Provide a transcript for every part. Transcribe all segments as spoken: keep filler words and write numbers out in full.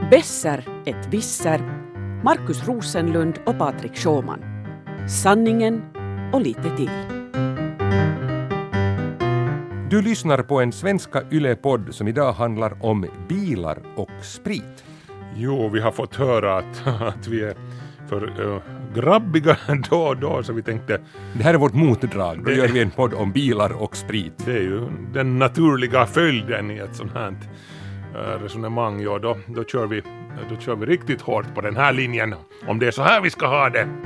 Besser ett visser, Markus Rosenlund och Patrik Schauman. Sanningen och lite till. Du lyssnar på en svenska Yle-podd som idag handlar om bilar och sprit. Jo, vi har fått höra att, att vi är för uh, grabbiga då och då, så vi tänkte... Det här är vårt motdrag, då det, gör vi en podd om bilar och sprit. Det är ju den naturliga följden i ett sånt här uh, resonemang. Ja, då, då, kör vi, då kör vi riktigt hårt på den här linjen, om det är så här vi ska ha det.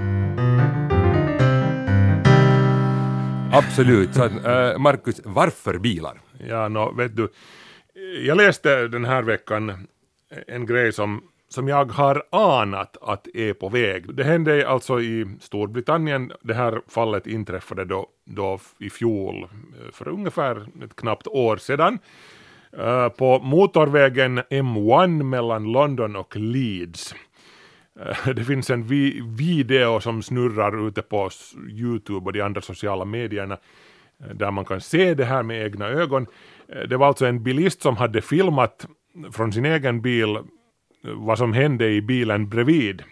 Absolut. Så, uh, Markus, varför bilar? Ja, no, vet du, jag läste den här veckan en grej som, som jag har anat att är på väg. Det hände alltså i Storbritannien. Det här fallet inträffade då, då i fjol, för ungefär ett knappt år sedan. Uh, på motorvägen M ett mellan London och Leeds. Uh, det finns en vi- video som snurrar ute på YouTube och de andra sociala medierna, uh, där man kan se det här med egna ögon. Uh, det var alltså en bilist som hade filmat från sin egen bil vad som hände i bilen bredvid.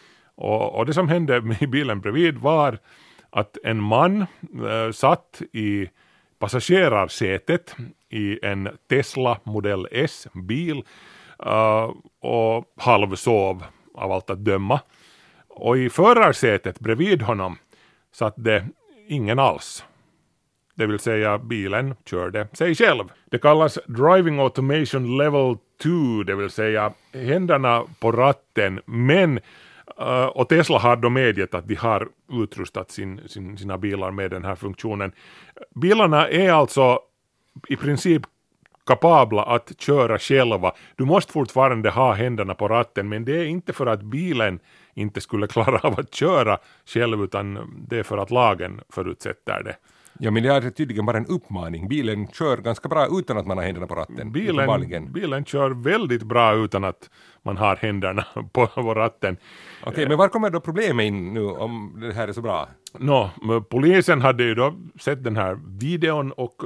Och, och det som hände i bilen bredvid var att en man äh, satt i passagerarsätet i en Tesla Model S-bil äh, och halvsov av allt att döma. Och i förarsätet bredvid honom satt det ingen alls. Det vill säga bilen körde sig själv. Det kallas Driving Automation Level två, det vill säga händerna på ratten. Men, uh, och Tesla har då medgett att de har utrustat sin, sin, sina bilar med den här funktionen. Bilarna är alltså i princip kapabla att köra själva. Du måste fortfarande ha händerna på ratten, men det är inte för att bilen inte skulle klara av att köra själv, utan det är för att lagen förutsätter det. Ja, men det är tydligen bara en uppmaning. Bilen kör ganska bra utan att man har händerna på ratten. Bilen, bilen kör väldigt bra utan att man har händerna på, på ratten. Okej, okay, men var kommer då problemet in nu om det här är så bra? Nå, no, polisen hade ju då sett den här videon och,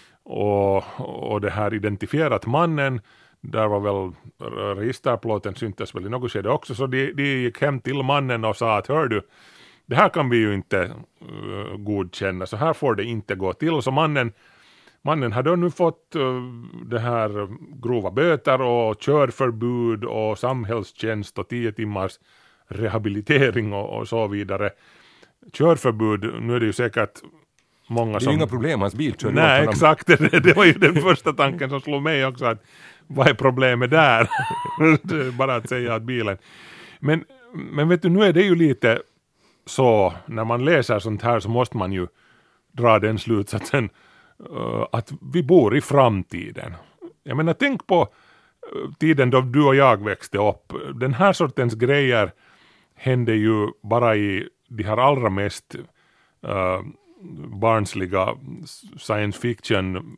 och, och det här identifierat mannen. Där var väl registerplåten syntes väl i något skede också, så de, de gick hem till mannen och sa att hör du, det här kan vi ju inte uh, godkänna, så här får det inte gå till. Så mannen, mannen hade nu fått uh, det här grova böter och körförbud och samhällstjänst och tio timmars rehabilitering och, och så vidare. Körförbud, nu är det ju säkert många som... Det är ju inga problem, hans bil kör. Nej, exakt, det, det var ju den första tanken som slog mig också, att vad är problemet där? Det är bara att säga att bilen... Men, men vet du, nu är det ju lite... Så när man läser sånt här så måste man ju dra den slutsatsen uh, att vi bor i framtiden. Jag menar, tänk på uh, tiden då du och jag växte upp. Den här sortens grejer hände ju bara i de här allra mest uh, barnsliga science fiction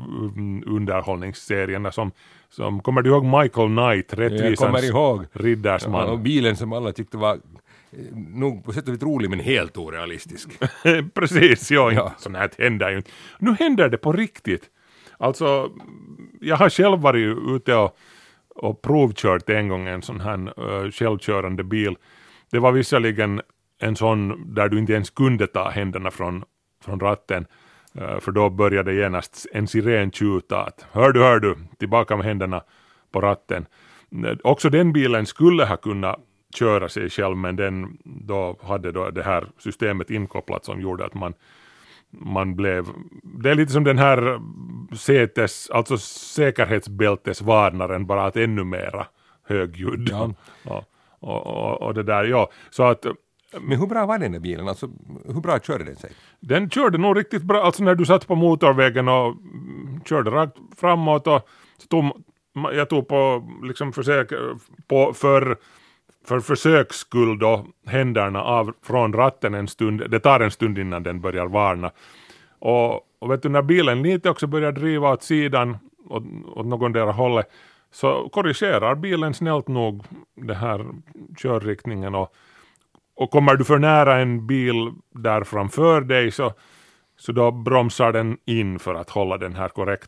underhållningsserierna som, som kommer du ihåg Michael Knight, rättvisans riddarsman. Ja, och bilen som alla tyckte var nog på sätt och vis rolig men helt orealistisk. Precis, ja, ja. Sånt här händer ju inte. Nu händer det på riktigt. Alltså, jag har själv varit ute och, och provkört en gång en sån här uh, självkörande bil. Det var visserligen en sån där du inte ens kunde ta händerna från, från ratten, uh, för då började genast en siren tjuta att hör du, hör du, tillbaka med händerna på ratten. Uh, också den bilen skulle ha kunnat köra sig själv, men den då hade då det här systemet inkopplat som gjorde att man, man blev, det är lite som den här sätes, alltså säkerhetsbältesvarnaren, bara att ännu mera högljudd. Ja. Ja, och, och, och det där, ja. Så att, men hur bra var den där bilen? Alltså, hur bra körde den sig? Den körde nog riktigt bra, alltså när du satt på motorvägen och körde rakt framåt och så tog, jag tog på liksom försök på för för försöks skull då händerna av från ratten en stund. Det tar en stund innan den börjar varna. Och, och vet du, när bilen lite också börjar driva åt sidan åt, åt någon där hållet, så korrigerar bilen snällt nog det här körriktningen, och, och kommer du för nära en bil där framför dig så, så då bromsar den in för att hålla den här korrekta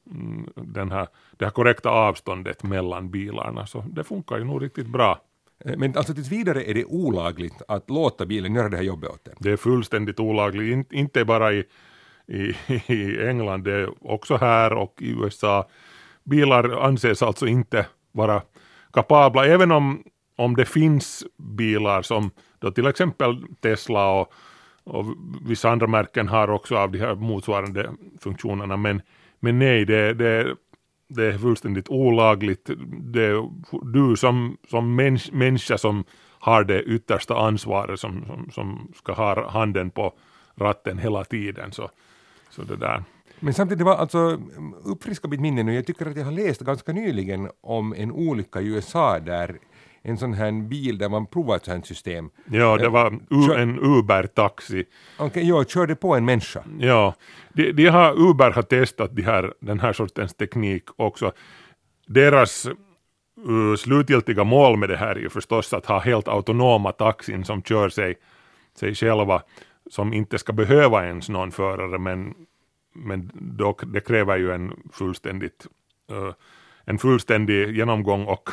den här, det här korrekta avståndet mellan bilarna. Så det funkar ju nog riktigt bra. Men alltså tills vidare är det olagligt att låta bilen göra det här jobbet åt det? Det är fullständigt olagligt, In, inte bara i, i, i England, det är också här och i U S A. Bilar anses alltså inte vara kapabla, även om, om det finns bilar som då till exempel Tesla och, och vissa andra märken har också av de här motsvarande funktionerna. Men, men nej, det, det, det är fullständigt olagligt. Det är du som, som mäns, människa som har det yttersta ansvaret, som, som, som ska ha handen på ratten hela tiden. Så, så det där. Men samtidigt var alltså uppfriska mitt minne nu. Jag tycker att jag har läst ganska nyligen om en olycka i U S A där en sån här bil där man provar ett sånt system. Ja, det var u- en Uber-taxi. Okej, okay, jag körde på en människa. Ja, de, de har, Uber har testat de här, den här sortens teknik också. Deras uh, slutgiltiga mål med det här är ju förstås att ha helt autonoma taxin som kör sig, sig själva, som inte ska behöva ens någon förare, men, men dock, det kräver ju en fullständigt uh, en fullständig genomgång och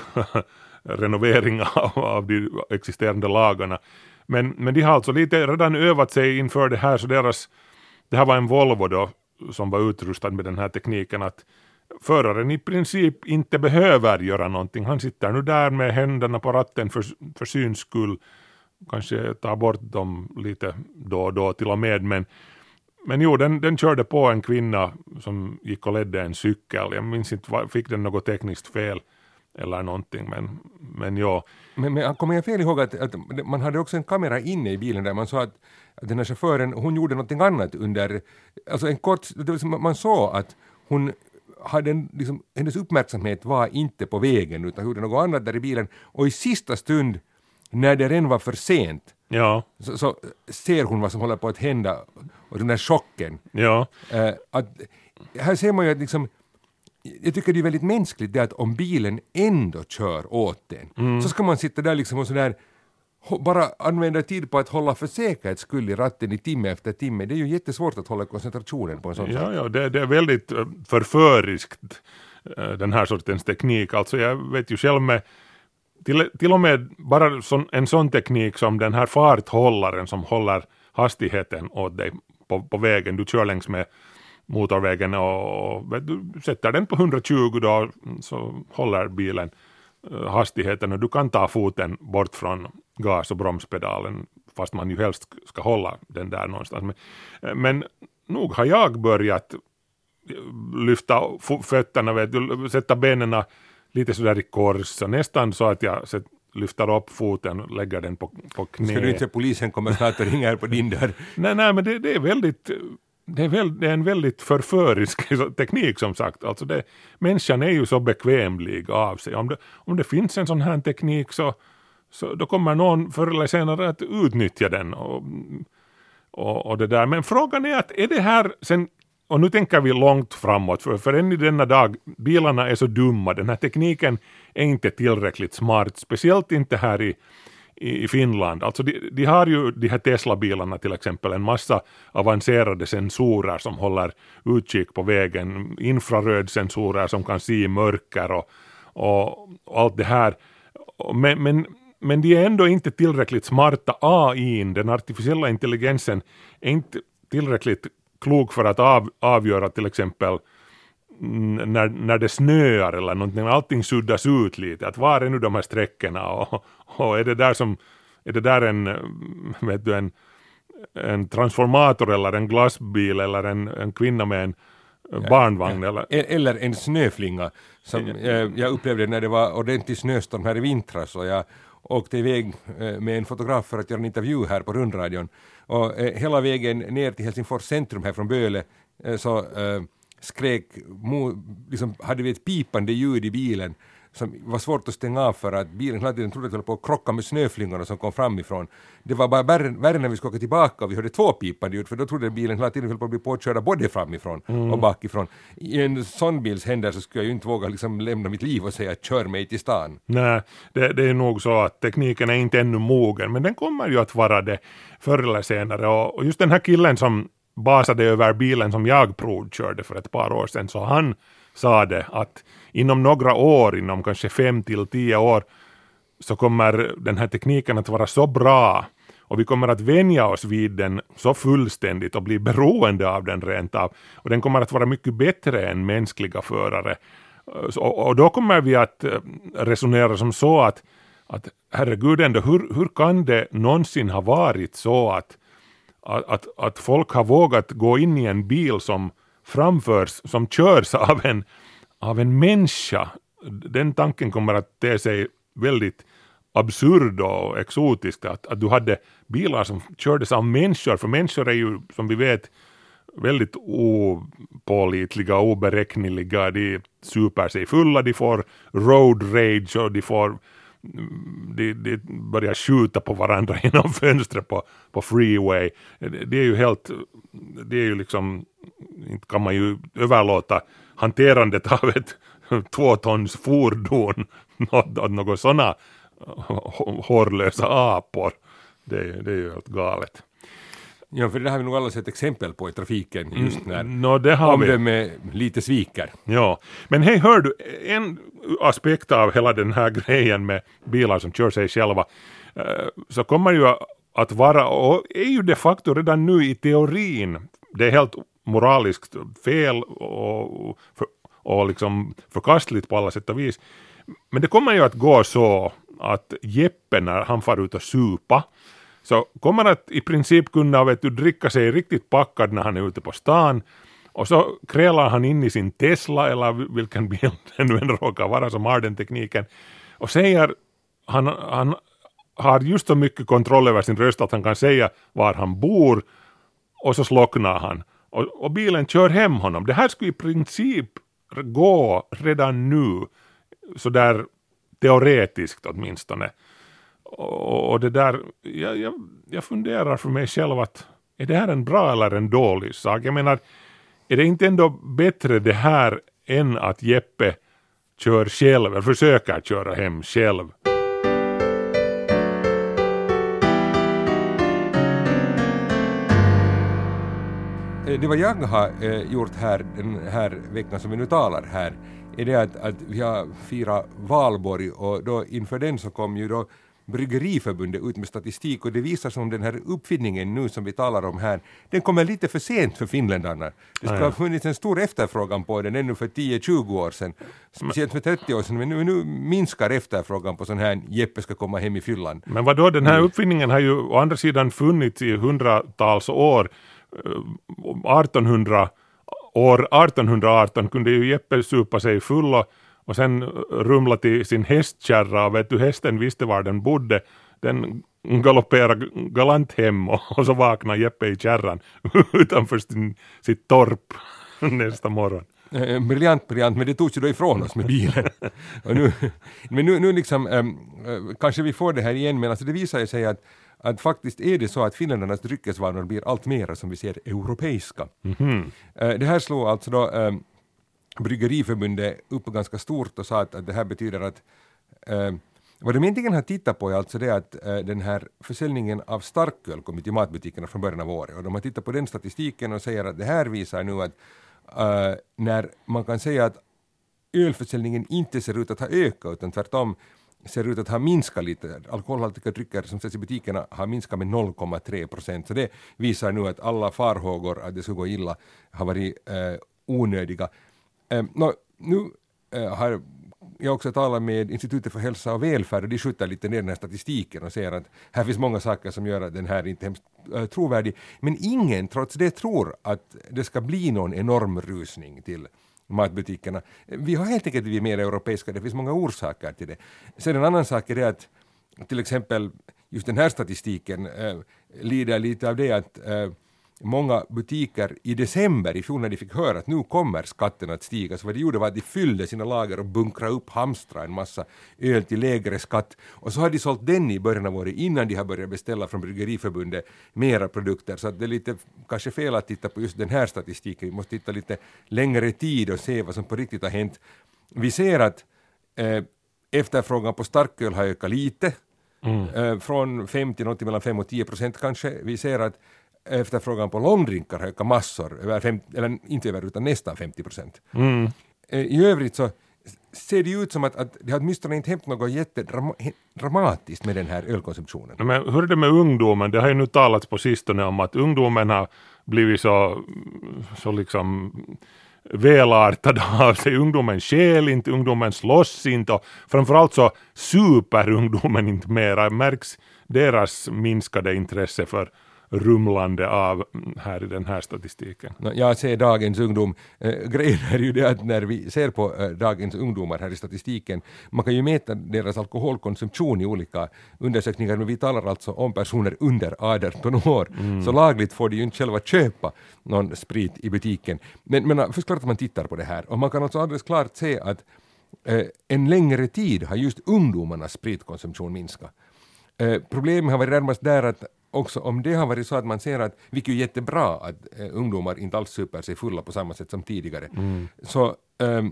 renovering av, av de existerande lagarna. Men, men de har alltså lite redan övat sig inför det här, så deras, det här var en Volvo då som var utrustad med den här tekniken, att föraren i princip inte behöver göra någonting. Han sitter nu där med händerna på ratten för, för syns skull, kanske tar bort dem lite då och då till och med, men Men jo, den, den körde på en kvinna som gick och ledde en cykel. Jag minns inte, fick den något tekniskt fel eller någonting, men, men ja. Men, men kommer jag fel ihåg att, att man hade också en kamera inne i bilen där man sa att, att den här chauffören, hon gjorde någonting annat under, alltså en kort, man såg att hon hade en, liksom, hennes uppmärksamhet var inte på vägen utan gjorde något annat där i bilen, och i sista stund när det redan var för sent, ja. så, så ser hon vad som håller på att hända och den där chocken. Ja. Uh, att, här ser man ju att liksom, jag tycker det är väldigt mänskligt det att om bilen ändå kör åt den, mm. så ska man sitta där liksom och sådär bara använda tid på att hålla för säkerhets skull i ratten i timme efter timme. Det är ju jättesvårt att hålla koncentrationen på en sån ja, sak. Ja, det, det är väldigt förföriskt, den här sortens teknik. Alltså jag vet ju själv med till, till och med bara sån, en sån teknik som den här farthållaren som håller hastigheten åt dig på, på vägen. Du kör längs med motorvägen och, och du sätter den på hundratjugo då, så håller bilen uh, hastigheten och du kan ta foten bort från gas- och bromspedalen fast man ju helst ska hålla den där någonstans. Men, men nog har jag börjat lyfta f- fötterna, vet du, sätta benen lite sådär i kors, nästan så att jag set, lyfter upp foten och lägger den på, på knä. Ska du inte se polisen kommer snart och ringer på din dörr? nej, nej, men det, det är väldigt... Det är, väl, det är en väldigt förförisk teknik som sagt. Alltså det, människan är ju så bekvämlig av sig. Om det, om det finns en sån här teknik så, så då kommer någon förr eller senare att utnyttja den. Och, och, och det där. Men frågan är att är det här sen, och nu tänker vi långt framåt, för, för än i denna dag, bilarna är så dumma. Den här tekniken är inte tillräckligt smart, speciellt inte här i i Finland. Alltså de, de har ju de här Tesla-bilarna till exempel en massa avancerade sensorer som håller utkik på vägen, infrarödsensorer som kan se i mörker och, och, och allt det här. Men, men, men de är ändå inte tillräckligt smarta. A I, den artificiella intelligensen, är inte tillräckligt klok för att av, avgöra till exempel När, när det snöar eller någonting, allting suddas ut lite, att var är nu de här sträckorna och, och är det där som är det där en, vet du, en, en transformator eller en glassbil eller en, en kvinna med en barnvagn. Ja, eller, eller en snöflinga som jag, jag upplevde när det var ordentlig snöstorm här i vintras och jag åkte iväg med en fotograf för att göra en intervju här på rundradion och eh, hela vägen ner till Helsingfors centrum här från Böle eh, så eh, skrek, liksom hade vi ett pipande ljud i bilen som var svårt att stänga av för att bilen hela tiden trodde att vi höll på att krocka med snöflingorna som kom framifrån. Det var bara värre, värre när vi skulle åka tillbaka och vi hörde två pipande ljud för då trodde bilen hela tiden höll på att bli påkörda både framifrån mm. och bakifrån. I en sån bils händer så skulle jag ju inte våga liksom lämna mitt liv och säga kör mig till stan. Nej, det, det är nog så att tekniken är inte ännu mogen, men den kommer ju att vara det förr eller senare och, och just den här killen som basade över bilen som jag provkörde för ett par år sedan, så han sa det, att inom några år, inom kanske fem till tio år, så kommer den här tekniken att vara så bra och vi kommer att vänja oss vid den så fullständigt och bli beroende av den rent av. Och den kommer att vara mycket bättre än mänskliga förare. Och då kommer vi att resonera som så att, att herregud ändå, hur, hur kan det någonsin ha varit så att, att, att folk har vågat gå in i en bil som framförs, som körs av en, av en människa? Den tanken kommer att te sig väldigt absurd och exotiskt, att, att du hade bilar som kördes av människor, för människor är ju, som vi vet, väldigt opålitliga, oberäkneliga, de super sig fulla, de får road rage och de får de, de börjar skjuta på varandra genom fönstret på, på freeway. Det är ju helt, det är ju liksom, inte kan man ju överlåta hanterandet av ett två tons fordon åt något sådana hårlösa apor. Det, det är ju helt galet. Ja, för det har vi nog alla sett exempel på i trafiken just när mm, no, det har om vi. det med lite sviker. Ja, men hej, hör du, en aspekt av hela den här grejen med bilar som kör sig själva, eh, så kommer ju att vara, och är ju de facto redan nu i teorin, det är helt moraliskt fel och, för, och liksom förkastligt på alla sätt och vis, men det kommer ju att gå så att Jeppe, när han far ut och supa, så kommer att i princip kunna, vet du, dricka sig riktigt packad när han är ute på stan, och så krälar han in i sin Tesla eller vilken bil det nu än råkar vara som har den tekniken, och säger, han, han har just så mycket kontroll över sin röst att han kan säga var han bor, och så slocknar han och, och bilen kör hem honom. Det här skulle i princip gå redan nu, så där teoretiskt åtminstone. Och det där, jag, jag, jag funderar för mig själv att är det här en bra eller en dålig sak? Jag menar, är det inte ändå bättre det här än att Jeppe kör själv, eller försöker köra hem själv? Det vad jag har eh, gjort här den här veckan som vi nu talar här är det att, att vi har firat valborg, och då inför den så kom ju då Bryggeriförbundet ut med statistik, och det visar som den här uppfinningen nu som vi talar om här, den kommer lite för sent för finländarna. Det ska ha funnits en stor efterfrågan på den ännu för tio till tjugo år sedan, speciellt för trettio år sedan, men nu, nu minskar efterfrågan på sån här Jeppe ska komma hem i fyllan. Men vadå, den här uppfinningen har ju å andra sidan funnits i hundratals år. artonhundra år artonhundraarton kunde ju Jeppe supa sig full och, och sen rumla till sin hästkärra, och vet du, hästen visste var den bodde, den galopperade galant hem, och, och så vaknade Jeppe i kärran utanför sin, sitt torp nästa morgon. Eh, briljant, briljant, men det tog ju då ifrån oss med bilen. Och nu, men nu, nu liksom, eh, kanske vi får det här igen, men alltså det visar sig att att faktiskt är det så att finländarnas dryckesvanor blir allt mer, som vi ser, europeiska. Mm-hmm. Eh, det här slår alltså då eh, Bryggeriförbundet upp ganska stort och sa att, att det här betyder att eh, vad de egentligen har tittat på är alltså det att eh, den här försäljningen av starköl kommit i matbutikerna från början av året, och de har tittat på den statistiken och säger att det här visar nu att eh, när man kan säga att ölförsäljningen inte ser ut att ha ökat utan tvärtom ser ut att ha minskat lite. Alkoholhaltiga drycker som säljs i butikerna har minskat med noll komma tre procent. Så det visar nu att alla farhågor att det skulle gå illa har varit eh, onödiga. Eh, no, nu eh, har jag också talat med Institutet för hälsa och välfärd, och de skjuter lite ner den här statistiken och säger att här finns många saker som gör att den här inte är hemskt äh, trovärdig. Men ingen trots det tror att det ska bli någon enorm rusning till matbutikerna. Vi har helt enkelt blivit mer europeiska, det finns många orsaker till det. Sen en annan sak är det att till exempel just den här statistiken äh, lider lite av det att äh, många butiker i december i fjol när de fick höra att nu kommer skatten att stiga, så vad de gjorde var att de fyllde sina lager och bunkrade upp, hamstra en massa öl till lägre skatt, och så har de sålt den i början av året innan de har börjat beställa från Bryggeriförbundet mera produkter. Så att det är lite kanske fel att titta på just den här statistiken, vi måste titta lite längre tid och se vad som på riktigt har hänt. Vi ser att eh, efterfrågan på starköl har ökat lite, mm. eh, från fem till något mellan fem och tio procent kanske. Vi ser att efterfrågan på långdrinkar har ökat massor, över fem, eller inte över utan nästan femtio procent. Mm. eh, i övrigt så ser det ut som att, att det har åtminstone inte hänt något jättedramatiskt med den här ölkonsumtionen. Men hur är det med ungdomen? Det har ju nu talats på sistone om att ungdomen har blivit så, så liksom välartad av sig. Ungdomen skäl inte, ungdomen slåss inte och framförallt så super ungdomen inte mera. Märks deras minskade intresse för rumlande av här i den här statistiken. Jag ser dagens ungdom. Eh, grejen är ju det att när vi ser på eh, dagens ungdomar här i statistiken, man kan ju mäta deras alkoholkonsumtion i olika undersökningar, men vi talar alltså om personer under arton år. Mm. Så lagligt får de ju inte själva köpa någon sprit i butiken. Men, men först klart att man tittar på det här. Och man kan alltså alldeles klart se att eh, en längre tid har just ungdomarnas spritkonsumtion minskat. Eh, problemet har varit närmast där att också om det har varit så att man ser att, vilket är jättebra att eh, ungdomar inte alls super sig fulla på samma sätt som tidigare, mm. så eh,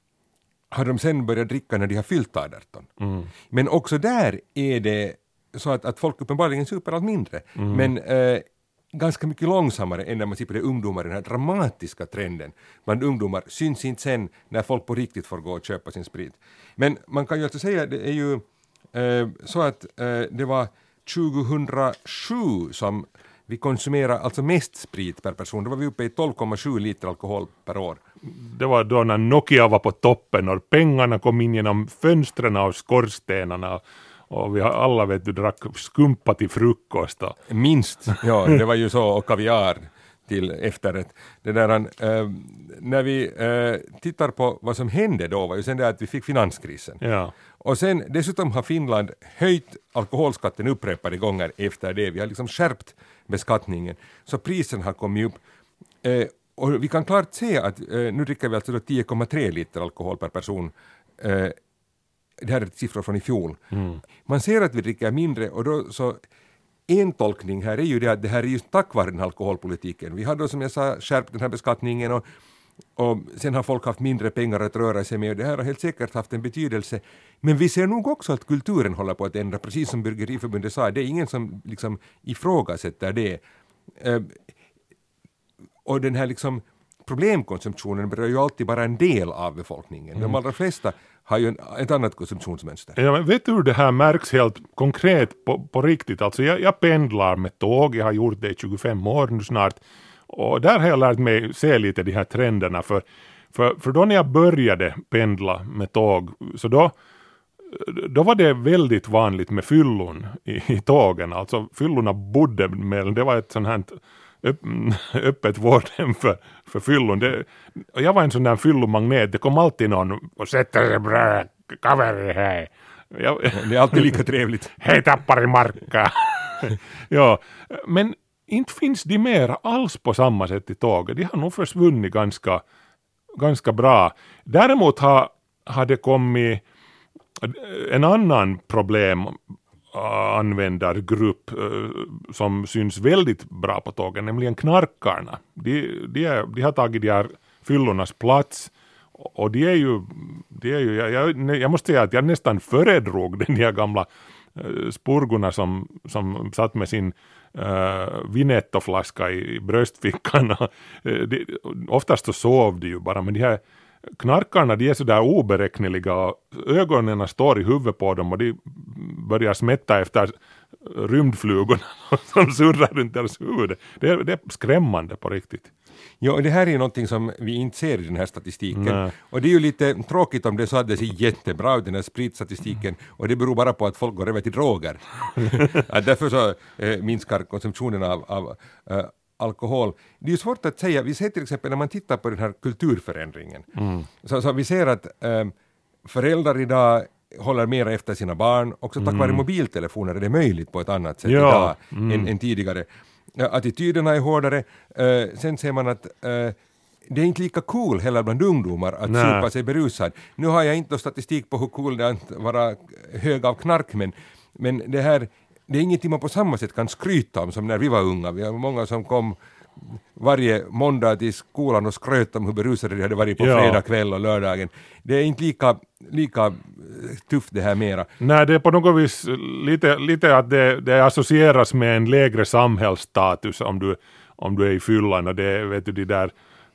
har de sen börjat dricka när de har fyllt arton. Mm. Men också där är det så att, att folk uppenbarligen super allt mindre. Mm. Men eh, ganska mycket långsammare än när man ser på det ungdomar, den här dramatiska trenden bland ungdomar syns inte sen när folk på riktigt får gå och köpa sin sprit. Men man kan ju alltså säga att det är ju eh, så att eh, det var tjugohundrasju som vi konsumerar alltså mest sprit per person. Då var vi uppe i tolv komma sju liter alkohol per år. Det var då när Nokia var på toppen och pengarna kom in genom fönstren och skorstenarna och vi har alla vet du drack skumpa till frukost. Minst, ja det var ju så, och kaviar till efterrätt. Det där, äh, när vi äh, tittar på vad som hände då var ju sen det att vi fick finanskrisen. Ja. Och sen dessutom har Finland höjt alkoholskatten upprepade gånger efter det. Vi har liksom skärpt beskattningen. Så prisen har kommit upp. Eh, och vi kan klart se att eh, nu dricker vi alltså tio komma tre liter alkohol per person. Eh, det här är siffror från i fjol. Mm. Man ser att vi dricker mindre och då så en tolkning här är ju det att det här är just tack vare den alkoholpolitiken. Vi har då som jag sa skärpt den här beskattningen och Och sen har folk haft mindre pengar att röra sig med och det här har helt säkert haft en betydelse. Men vi ser nog också att kulturen håller på att ändra, precis som Bryggeriförbundet sa. Det är ingen som liksom ifrågasätter det. Eh, och den här liksom problemkonsumtionen berör ju alltid bara en del av befolkningen. Mm. De allra flesta har ju en, ett annat konsumtionsmönster. Ja, men vet du hur det här märks helt konkret på, på riktigt? Alltså jag, jag pendlar med tåg, jag har gjort det i tjugofem år nu snart. Och där har jag lärt mig se lite de här trenderna för, för, för då när jag började pendla med tåg så då, då var det väldigt vanligt med fyllon i, i tågen. Alltså fyllorna bodde med, det var ett sånt här öpp, öppet vårdhem för, för fyllon. Det, och jag var en sån där fyllomagnet, det kom alltid någon och sätter sig bra kaveri här. Jag, det är alltid lika trevligt. Hej tappar i marka. Ja, men inte finns de mer alls på samma sätt i tåget. De har nog försvunnit ganska, ganska bra. Däremot har, har det kommit en annan problemanvändargrupp uh, som syns väldigt bra på tågen, nämligen knarkarna. De, de, är, de har tagit de här fyllornas plats och de är ju, de är ju jag, jag, jag måste säga att jag nästan föredrog den här gamla uh, spurgorna som, som satt med sin Uh, vinettoflaska i, i bröstfickan. uh, de, oftast så sov de ju bara, men de här knarkarna de är så där oberäkneliga. Ögonen står i huvudet på dem och de börjar smätta efter rymdflugorna som surrar runt deras huvud. Det är, det är skrämmande på riktigt. Ja, det här är någonting som vi inte ser i den här statistiken. Nej. Och det är ju lite tråkigt om det så att det ser jättebra ut den här spritstatistiken och det beror bara på att folk går över till droger. Att därför så eh, minskar konsumtionen av, av eh, alkohol. Det är ju svårt att säga. Vi ser till exempel när man tittar på den här kulturförändringen. Mm. Så, så vi ser att eh, föräldrar idag håller mer efter sina barn. Också tack vare mm. mobiltelefoner är det möjligt på ett annat sätt ja. idag mm. än, än tidigare. Attityderna är hårdare. Uh, sen ser man att uh, det är inte lika cool heller bland ungdomar att Nej. supa sig berusad. Nu har jag inte statistik på hur cool det är att vara hög av knark, men, men det här det är ingenting man på samma sätt kan skryta om som när vi var unga. Vi har många som kom varje måndag till skolan och skröt om hur berusade de hade varit på ja. fredag kväll och lördagen. Det är inte lika, lika tufft det här mera. Nej, det är på något vis lite, lite att det, det associeras med en lägre samhällsstatus om du, om du är i fyllan och det vet du de där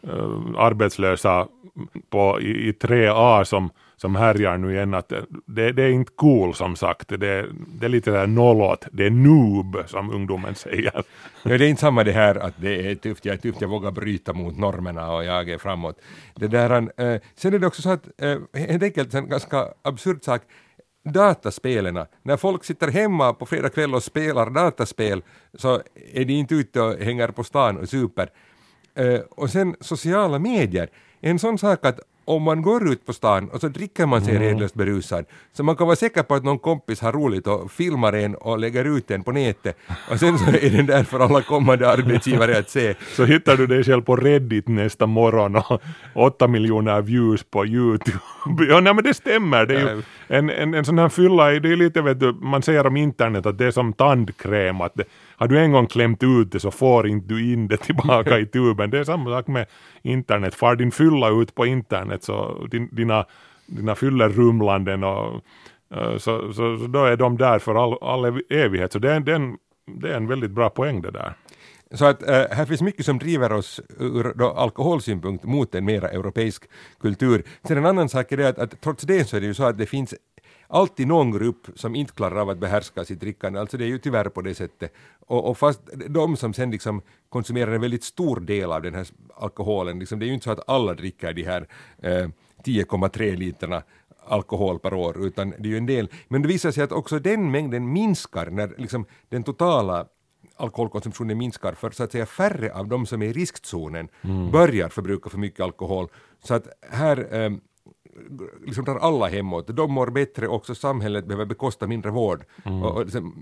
uh, arbetslösa på, i, i tre A som, som härjar nu igen, att det, det är inte cool som sagt, det, det är lite där nollåt, det är noob som ungdomen säger. Ja, det är inte samma det här att det är tufft, jag är tufft, jag vågar bryta mot normerna och jag är framåt. Det där, äh, sen är det också så att, äh, helt enkelt en ganska absurd sak, dataspelarna, när folk sitter hemma på fredag kväll och spelar dataspel så är de inte ute och hänger på stan och super. Uh, och sen sociala medier, en sån sak att om man går ut på stan och så dricker man sig mm. redlöst berusad, så man kan vara säker på att någon kompis har roligt och filmar en och lägger ut den på nätet, och sen så är den där för alla kommande arbetsgivare att se. Så hittar du dig själv på Reddit nästa morgon och åtta miljoner views på YouTube. Ja, nej, men det stämmer. Det är ju en, en, en sån här fylla, det är lite, vet du, man säger om internet att det är som tandkräm, att det, har du en gång klämt ut det så får inte du in det tillbaka i tuben. Det är samma sak med internet. Far din fylla ut på internet så din, dina, dina fyller rumlanden och uh, så, så, så då är de där för all, all evighet. Så det är, det, är en, det är en väldigt bra poäng det där. Så att uh, här finns mycket som driver oss ur då, alkoholsynpunkt mot en mera europeisk kultur. Sen en annan sak är det att, att trots det så är det ju så att det finns alltid någon grupp som inte klarar av att behärska sitt drickande. Alltså det är ju tyvärr på det sättet. Och, och fast de som sen liksom konsumerar en väldigt stor del av den här alkoholen, liksom, det är ju inte så att alla dricker de här eh, tio komma tre literna alkohol per år, utan det är ju en del. Men det visar sig att också den mängden minskar när liksom den totala alkoholkonsumtionen minskar, för så att säga färre av de som är i riskzonen mm. börjar förbruka för mycket alkohol. Så att här eh, liksom tar alla hemåt. De mår bättre, också samhället behöver bekosta mindre vård. Mm. Och, och liksom,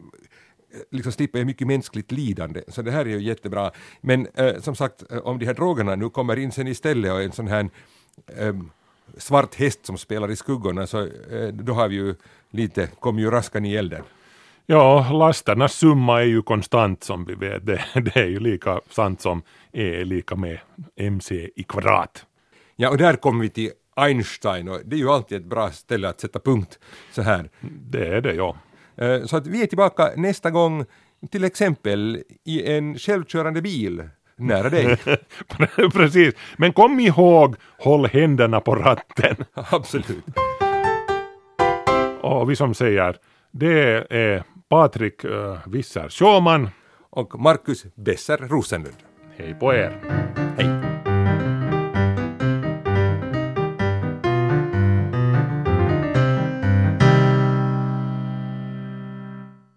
liksom slipper ju mycket mänskligt lidande. Så det här är ju jättebra. Men eh, som sagt, om de här drogerna nu kommer in sen istället och en sån här eh, svart häst som spelar i skuggorna, så eh, då har vi ju lite, kommer ju raskan i elden. Ja, lasternas summa är ju konstant som vi vet. Det, det är ju lika sant som E är lika med mc i kvadrat. Ja, och där kommer vi till Einstein, och det är ju alltid ett bra ställe att sätta punkt så här. Det är det, ja. Så att vi är tillbaka nästa gång, till exempel i en självkörande bil nära dig. Precis, men kom ihåg, håll händerna på ratten. Absolut. Och vi som säger, det är Patrik uh, Visser Sjåman och Marcus Besser Rosenlund. Hej på er. Hej.